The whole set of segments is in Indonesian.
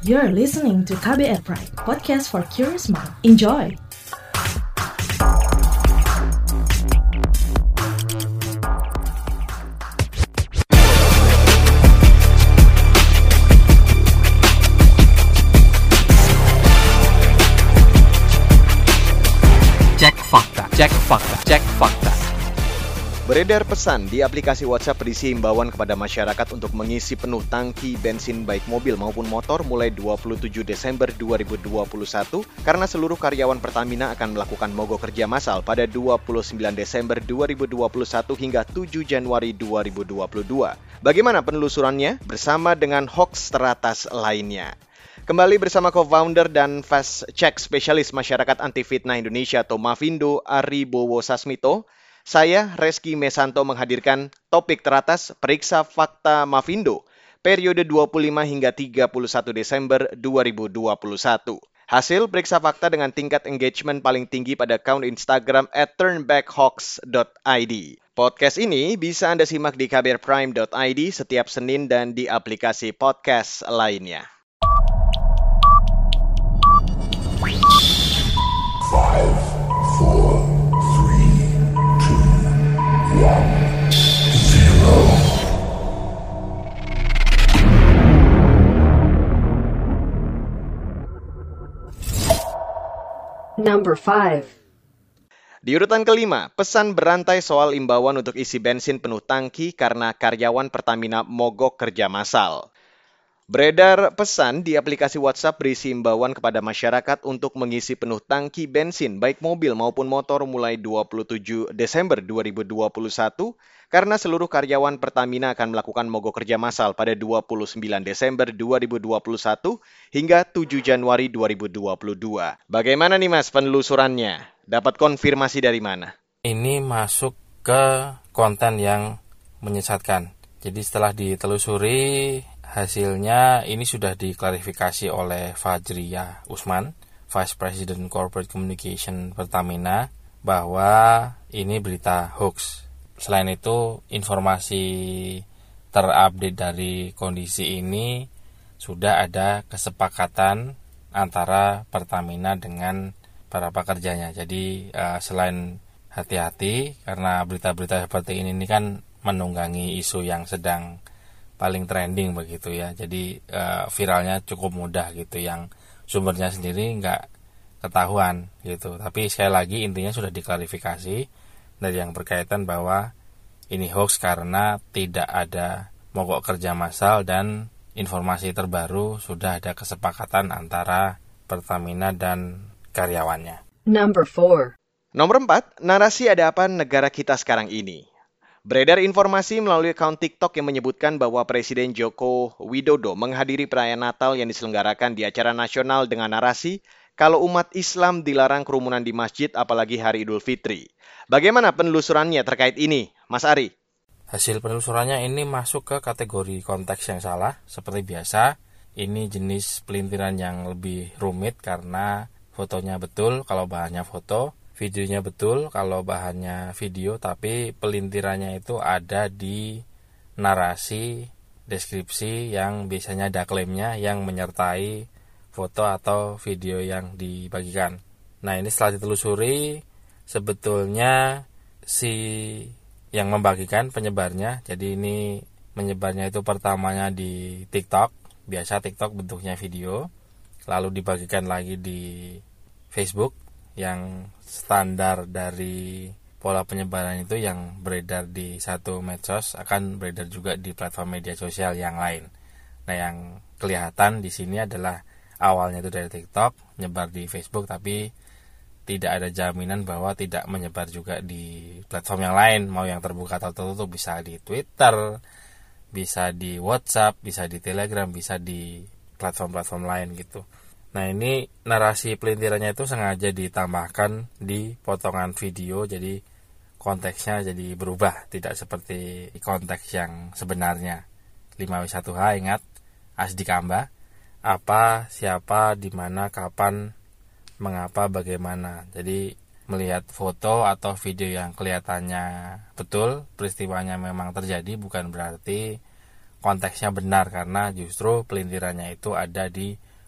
You're listening to KBR Prime, podcast for curious mind. Enjoy! Cek fakta, cek fakta, cek fakta. Beredar pesan di aplikasi WhatsApp berisi himbauan kepada masyarakat untuk mengisi penuh tangki bensin baik mobil maupun motor mulai 27 Desember 2021 karena seluruh karyawan Pertamina akan melakukan mogok kerja massal pada 29 Desember 2021 hingga 7 Januari 2022. Bagaimana penelusurannya? Bersama dengan hoax teratas lainnya. Kembali bersama co-founder dan fast check spesialis masyarakat anti fitnah Indonesia atau Mavindo, Aribowo Sasmito. Saya, Reski Mesanto, menghadirkan topik teratas Periksa Fakta Mavindo, periode 25 hingga 31 Desember 2021. Hasil periksa fakta dengan tingkat engagement paling tinggi pada akun Instagram @turnbackhoax.id. Podcast ini bisa Anda simak di kbrprime.id setiap Senin dan di aplikasi podcast lainnya. 5. Di urutan kelima, pesan berantai soal imbauan untuk isi bensin penuh tangki karena karyawan Pertamina mogok kerja massal. Beredar pesan di aplikasi WhatsApp berisi imbauan kepada masyarakat untuk mengisi penuh tangki bensin baik mobil maupun motor mulai 27 Desember 2021 karena seluruh karyawan Pertamina akan melakukan mogok kerja massal pada 29 Desember 2021 hingga 7 Januari 2022. Bagaimana nih Mas penelusurannya? Dapat konfirmasi dari mana? Ini masuk ke konten yang menyesatkan. Jadi setelah ditelusuri, hasilnya ini sudah diklarifikasi oleh Fajriya Usman, Vice President Corporate Communication Pertamina, bahwa ini berita hoax. Selain itu, informasi terupdate dari kondisi ini sudah ada kesepakatan antara Pertamina dengan para pekerjanya. Jadi selain hati-hati karena berita-berita seperti ini kan menunggangi isu yang sedang paling trending begitu ya. Jadi viralnya cukup mudah gitu, yang sumbernya sendiri nggak ketahuan gitu. Tapi sekali lagi intinya sudah diklarifikasi dari yang berkaitan bahwa ini hoax karena tidak ada mogok kerja massal dan informasi terbaru sudah ada kesepakatan antara Pertamina dan karyawannya. 4. Nomor 4, narasi ada apa negara kita sekarang ini. Beredar informasi melalui akun TikTok yang menyebutkan bahwa Presiden Joko Widodo menghadiri perayaan Natal yang diselenggarakan di acara nasional dengan narasi kalau umat Islam dilarang kerumunan di masjid apalagi hari Idul Fitri. Bagaimana penelusurannya terkait ini, Mas Ari? Hasil penelusurannya ini masuk ke kategori konteks yang salah. Seperti biasa, ini jenis pelintiran yang lebih rumit karena fotonya betul kalau bahannya foto, videonya betul kalau bahannya video, tapi pelintirannya itu ada di narasi, deskripsi yang biasanya ada klaimnya yang menyertai foto atau video yang dibagikan. Nah, ini setelah ditelusuri, sebetulnya si yang membagikan penyebarnya, jadi ini menyebarnya itu pertamanya di TikTok. Biasa TikTok bentuknya video, lalu dibagikan lagi di Facebook. Yang standar dari pola penyebaran itu yang beredar di satu medsos akan beredar juga di platform media sosial yang lain. Nah, yang kelihatan di sini adalah awalnya itu dari TikTok, menyebar di Facebook, tapi tidak ada jaminan bahwa tidak menyebar juga di platform yang lain, mau yang terbuka atau tertutup, bisa di Twitter, bisa di WhatsApp, bisa di Telegram, bisa di platform-platform lain gitu. Nah, ini narasi pelintirannya itu sengaja ditambahkan di potongan video, jadi konteksnya jadi berubah, tidak seperti konteks yang sebenarnya. 5W1H, ingat, Asdikamba, apa, siapa, di mana, kapan, mengapa, bagaimana. Jadi melihat foto atau video yang kelihatannya betul, peristiwanya memang terjadi, bukan berarti konteksnya benar, karena justru pelintirannya itu ada di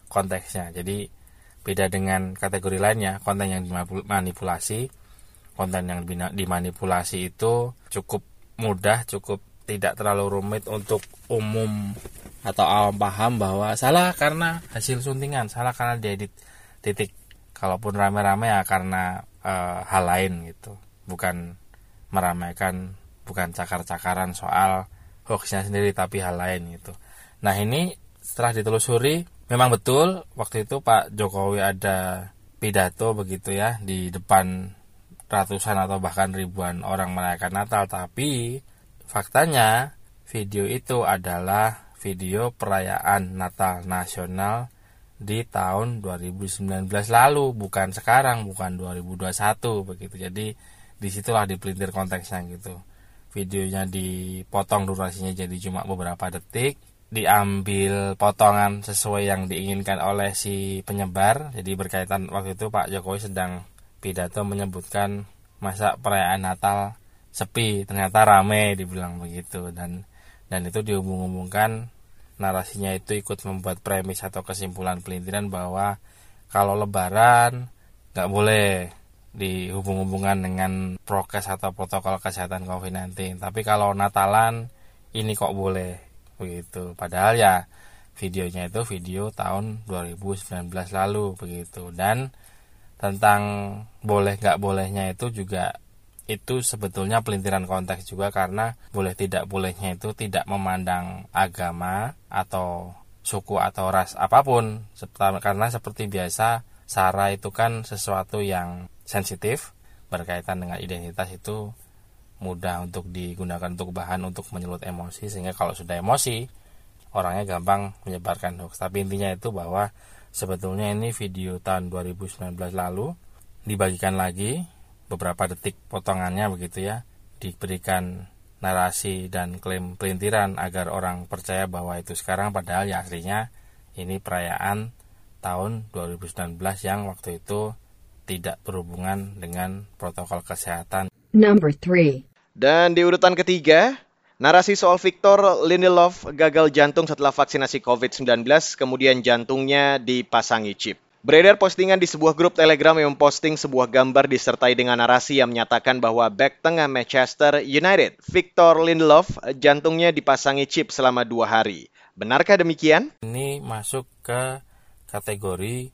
konteksnya. Jadi beda dengan kategori lainnya, konten yang dimanipulasi. Konten yang dimanipulasi itu cukup mudah, cukup tidak terlalu rumit untuk umum atau awam paham bahwa salah karena hasil suntingan, salah karena diedit, titik. Kalaupun rame-rame ya karena hal lain gitu, bukan meramaikan, bukan cakar-cakaran soal hoaxnya sendiri, tapi hal lain gitu. Nah ini setelah ditelusuri, memang betul waktu itu Pak Jokowi ada pidato begitu ya di depan ratusan atau bahkan ribuan orang merayakan Natal, tapi faktanya video itu adalah video perayaan Natal nasional di tahun 2019 lalu, bukan sekarang, bukan 2021 begitu. Jadi disitulah dipelintir konteksnya gitu. Videonya dipotong durasinya jadi cuma beberapa detik, diambil potongan sesuai yang diinginkan oleh si penyebar. Jadi berkaitan waktu itu Pak Jokowi sedang pidato menyebutkan masa perayaan Natal sepi, ternyata rame, dibilang begitu, dan itu dihubung-hubungkan, narasinya itu ikut membuat premis atau kesimpulan pelintiran bahwa kalau Lebaran nggak boleh dihubung-hubungkan dengan prokes atau protokol kesehatan COVID-19, tapi kalau Natalan ini kok boleh begitu. Padahal ya videonya itu video tahun 2019 lalu begitu. Dan tentang boleh nggak bolehnya itu juga, itu sebetulnya pelintiran konteks juga, karena boleh tidak bolehnya itu tidak memandang agama atau suku atau ras apapun, karena seperti biasa SARA itu kan sesuatu yang sensitif, berkaitan dengan identitas, itu mudah untuk digunakan untuk bahan untuk menyelut emosi, sehingga kalau sudah emosi orangnya gampang menyebarkan hoax. Tapi intinya itu bahwa sebetulnya ini video tahun 2019 lalu dibagikan lagi beberapa detik potongannya begitu ya, diberikan narasi dan klaim pelintiran agar orang percaya bahwa itu sekarang, padahal ya aslinya ini perayaan tahun 2019 yang waktu itu tidak berhubungan dengan protokol kesehatan. Number 3. Dan di urutan ketiga, narasi soal Victor Lindelof gagal jantung setelah vaksinasi COVID-19, kemudian jantungnya dipasangi chip. Beredar postingan di sebuah grup Telegram yang memposting sebuah gambar disertai dengan narasi yang menyatakan bahwa bek tengah Manchester United, Victor Lindelof, jantungnya dipasangi chip selama 2 hari. Benarkah demikian? Ini masuk ke kategori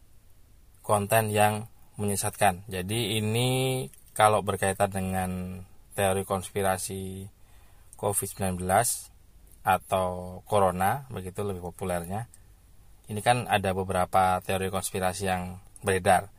konten yang menyesatkan. Jadi ini kalau berkaitan dengan teori konspirasi COVID-19 atau Corona, begitu lebih populernya. Ini kan ada beberapa teori konspirasi yang beredar.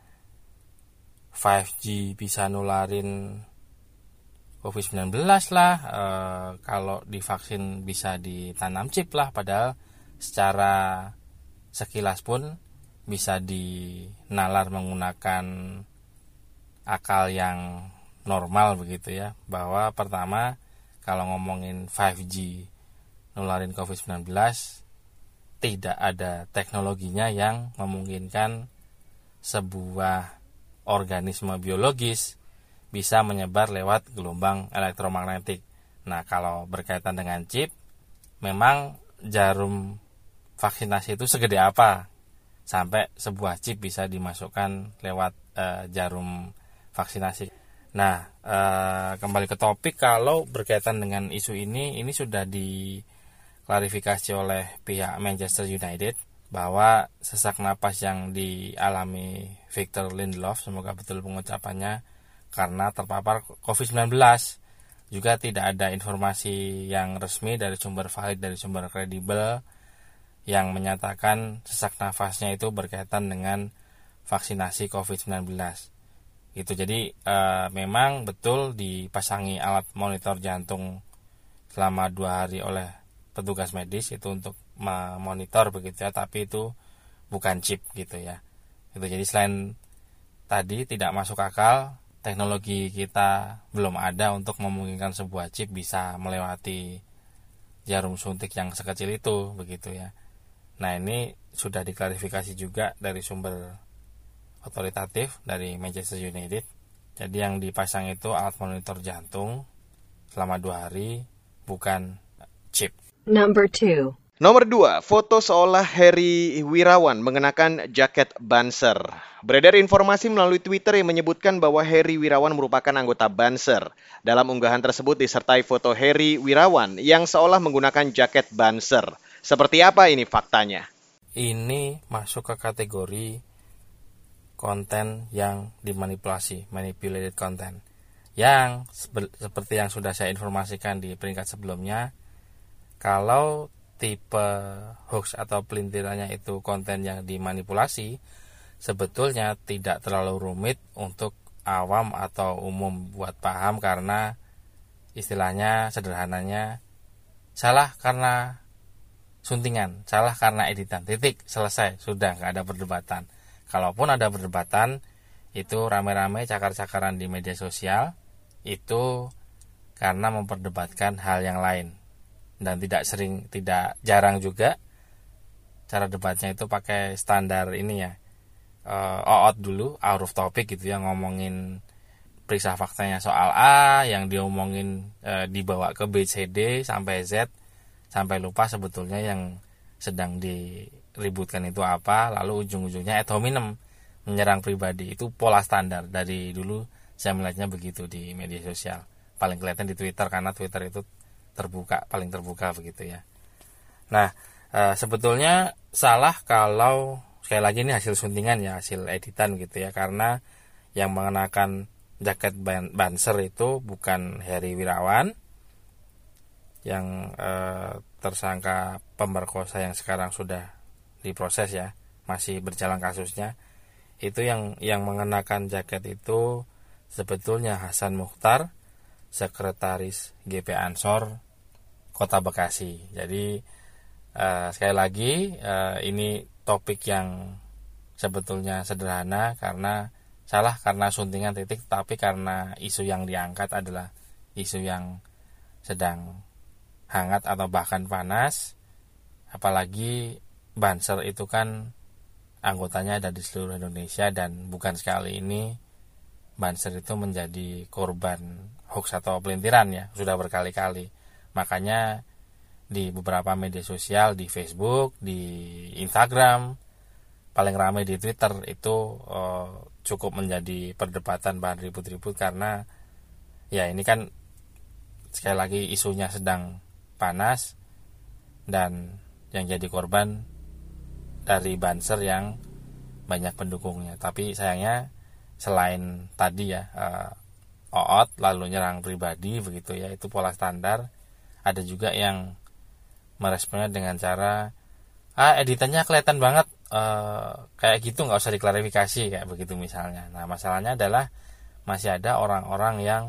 5G bisa nularin COVID-19 lah, kalau divaksin bisa ditanam chip lah, padahal secara sekilas pun bisa dinalar menggunakan akal yang normal begitu ya. Bahwa pertama, kalau ngomongin 5G nularin COVID-19, tidak ada teknologinya yang memungkinkan sebuah organisme biologis bisa menyebar lewat gelombang elektromagnetik. Nah, kalau berkaitan dengan chip, memang jarum vaksinasi itu segede apa sampai sebuah chip bisa dimasukkan lewat jarum vaksinasi. Nah, kembali ke topik, kalau berkaitan dengan isu ini sudah klarifikasi oleh pihak Manchester United bahwa sesak napas yang dialami Victor Lindelof, semoga betul pengucapannya, karena terpapar COVID-19. Juga tidak ada informasi yang resmi dari sumber valid, dari sumber kredibel yang menyatakan sesak nafasnya itu berkaitan dengan vaksinasi COVID-19. Gitu. Jadi memang betul dipasangi alat monitor jantung selama 2 hari oleh petugas medis itu untuk memonitor begitu ya, tapi itu bukan chip gitu ya. Itu jadi selain tadi tidak masuk akal, teknologi kita belum ada untuk memungkinkan sebuah chip bisa melewati jarum suntik yang sekecil itu begitu ya. Nah, ini sudah diklarifikasi juga dari sumber otoritatif dari Manchester United. Jadi yang dipasang itu alat monitor jantung selama 2 hari, bukan chip. Number 2. Nomor 2, foto seolah Heri Wirawan mengenakan jaket Banser. Beredar informasi melalui Twitter yang menyebutkan bahwa Heri Wirawan merupakan anggota Banser. Dalam unggahan tersebut disertai foto Heri Wirawan yang seolah menggunakan jaket Banser. Seperti apa ini faktanya? Ini masuk ke kategori konten yang dimanipulasi, manipulated content. Yang seperti yang sudah saya informasikan di peringkat sebelumnya, kalau tipe hoax atau pelintirannya itu konten yang dimanipulasi, sebetulnya tidak terlalu rumit untuk awam atau umum buat paham, karena istilahnya sederhananya salah karena suntingan, salah karena editan, titik, selesai, sudah nggak ada perdebatan. Kalaupun ada perdebatan, itu rame-rame cakar-cakaran di media sosial, itu karena memperdebatkan hal yang lain. Dan tidak jarang juga cara debatnya itu pakai standar ini ya, OOT dulu, out of topic gitu ya, ngomongin periksa faktanya soal A, yang diomongin dibawa ke B, C, D sampai Z, sampai lupa sebetulnya yang sedang diributkan itu apa, lalu ujung-ujungnya ad hominem, menyerang pribadi. Itu pola standar dari dulu, saya melihatnya begitu di media sosial. Paling kelihatan di Twitter, karena Twitter itu paling terbuka begitu ya. Nah, sebetulnya salah kalau sekali lagi ini hasil suntingan ya, hasil editan gitu ya, karena yang mengenakan jaket Banser itu bukan Heri Wirawan, yang tersangka pemerkosa yang sekarang sudah diproses ya, masih berjalan kasusnya. Itu yang mengenakan jaket itu sebetulnya Hasan Mukhtar, sekretaris GP Ansor Kota Bekasi. Jadi sekali lagi ini topik yang sebetulnya sederhana, karena salah karena suntingan titik, tapi karena isu yang diangkat adalah isu yang sedang hangat atau bahkan panas. Apalagi Banser itu kan anggotanya ada di seluruh Indonesia, dan bukan sekali ini Banser itu menjadi korban hoax atau pelintiran ya, sudah berkali-kali. Makanya di beberapa media sosial, di Facebook, di Instagram, paling ramai di Twitter, itu cukup menjadi perdebatan, bahan ribut-ribut, karena ya ini kan sekali lagi isunya sedang panas, dan yang jadi korban dari Banser yang banyak pendukungnya. Tapi sayangnya selain tadi ya OOT lalu nyerang pribadi begitu ya, itu pola standar, ada juga yang meresponnya dengan cara editannya kelihatan banget, kayak gitu, nggak usah diklarifikasi, kayak begitu misalnya. Nah, masalahnya adalah masih ada orang-orang yang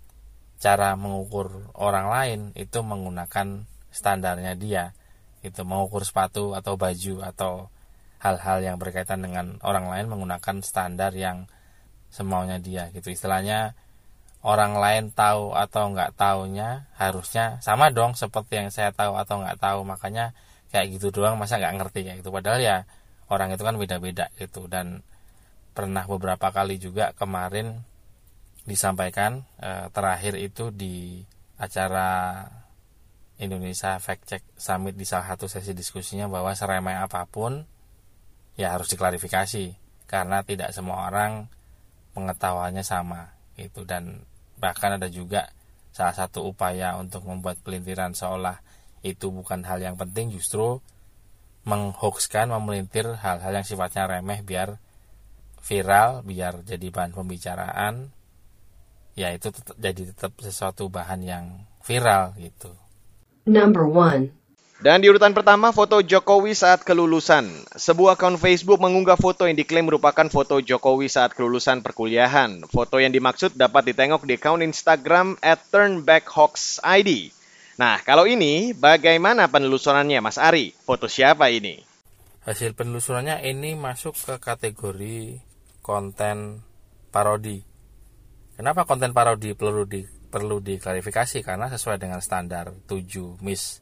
cara mengukur orang lain itu menggunakan standarnya dia, itu mengukur sepatu atau baju atau hal-hal yang berkaitan dengan orang lain menggunakan standar yang semaunya dia gitu. Istilahnya orang lain tahu atau nggak taunya harusnya sama dong seperti yang saya tahu atau nggak tahu, makanya kayak gitu doang, masa nggak ngerti kayak gitu. Padahal ya orang itu kan beda-beda gitu. Dan pernah beberapa kali juga kemarin disampaikan, terakhir itu di acara Indonesia Fact Check Summit, di salah satu sesi diskusinya, bahwa seremeh apapun ya harus diklarifikasi, karena tidak semua orang pengetahuannya sama gitu. Dan bahkan ada juga salah satu upaya untuk membuat pelintiran seolah itu bukan hal yang penting, justru menghoaxkan, memelintir hal-hal yang sifatnya remeh biar viral, biar jadi bahan pembicaraan, ya itu tetap sesuatu bahan yang viral gitu. Number 1. Dan di urutan pertama, foto Jokowi saat kelulusan. Sebuah akun Facebook mengunggah foto yang diklaim merupakan foto Jokowi saat kelulusan perkuliahan. Foto yang dimaksud dapat ditengok di akun Instagram @turnbackhoaxid. Nah, kalau ini bagaimana penelusurannya, Mas Ari? Foto siapa ini? Hasil penelusurannya ini masuk ke kategori konten parodi. Kenapa konten parodi perlu diklarifikasi? Karena sesuai dengan standar 7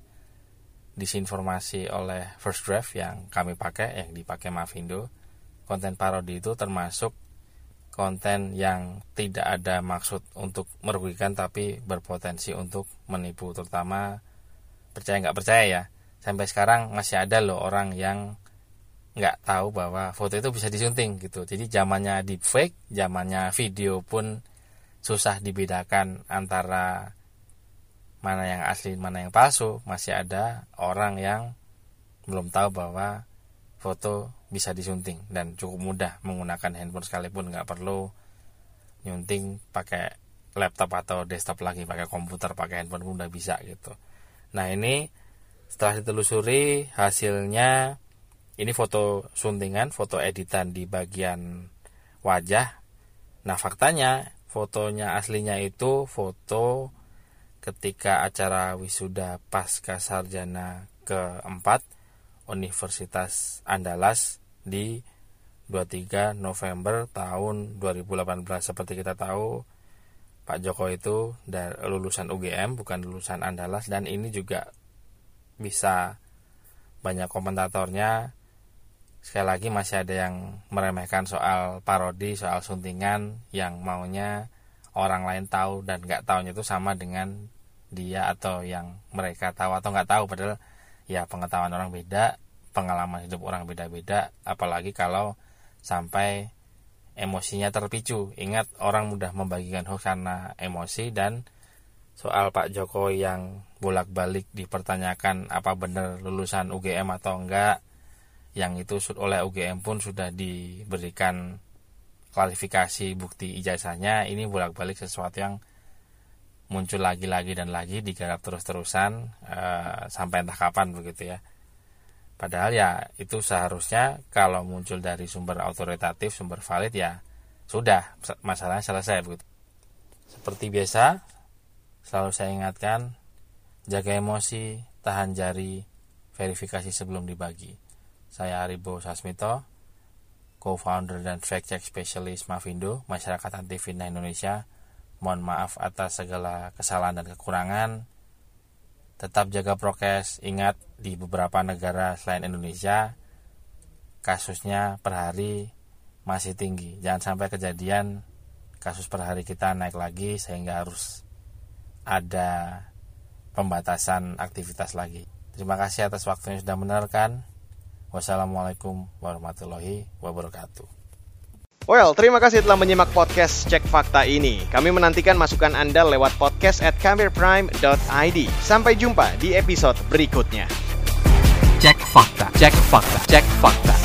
disinformasi oleh First Draft yang kami pakai, yang dipakai Mavindo, konten parodi itu termasuk konten yang tidak ada maksud untuk merugikan tapi berpotensi untuk menipu, terutama percaya nggak percaya ya. sampai sekarang masih ada loh orang yang nggak tahu bahwa foto itu bisa disunting gitu. Jadi zamannya deepfake, zamannya video pun susah dibedakan antara mana yang asli, mana yang palsu. Masih ada orang yang belum tahu bahwa foto bisa disunting dan cukup mudah menggunakan handphone sekalipun, nggak perlu nyunting pakai laptop atau desktop lagi, pakai komputer, pakai handphone pun udah bisa gitu. Nah ini setelah ditelusuri hasilnya, ini foto suntingan, foto editan di bagian wajah. Nah faktanya fotonya aslinya itu foto ketika acara wisuda pasca sarjana keempat Universitas Andalas di 23 November tahun 2018. Seperti kita tahu, Pak Joko itu dari lulusan UGM, bukan lulusan Andalas, dan ini juga bisa banyak komentatornya. Sekali lagi masih ada yang meremehkan soal parodi, soal suntingan yang maunya orang lain tahu dan nggak tahunya itu sama dengan dia atau yang mereka tahu atau nggak tahu. Padahal ya pengetahuan orang beda, pengalaman hidup orang beda-beda, apalagi kalau sampai emosinya terpicu. Ingat, orang mudah membagikan hoax karena emosi. Dan soal Pak Jokowi yang bolak-balik dipertanyakan apa benar lulusan UGM atau enggak, yang itu oleh UGM pun sudah diberikan klarifikasi bukti ijazahnya. Ini bolak-balik sesuatu yang muncul lagi-lagi dan lagi, digarap terus-terusan sampai entah kapan begitu ya. Padahal ya itu seharusnya kalau muncul dari sumber autoritatif, sumber valid, ya sudah, masalahnya selesai begitu. Seperti biasa selalu saya ingatkan, jaga emosi, tahan jari, verifikasi sebelum dibagi. Saya Aribo Sasmito, co-founder dan fact-check specialist Mavindo, Masyarakat Anti Fitnah Indonesia. Mohon maaf atas segala kesalahan dan kekurangan. Tetap jaga prokes. Ingat, di beberapa negara selain Indonesia kasusnya per hari masih tinggi. Jangan sampai kejadian kasus per hari kita naik lagi sehingga harus ada pembatasan aktivitas lagi. Terima kasih atas waktunya sudah mendengarkan. Wassalamualaikum warahmatullahi wabarakatuh. Well, terima kasih telah menyimak podcast Cek Fakta ini. Kami menantikan masukan Anda lewat podcast@kbrprime.id. Sampai jumpa di episode berikutnya. Cek fakta, cek fakta, cek fakta.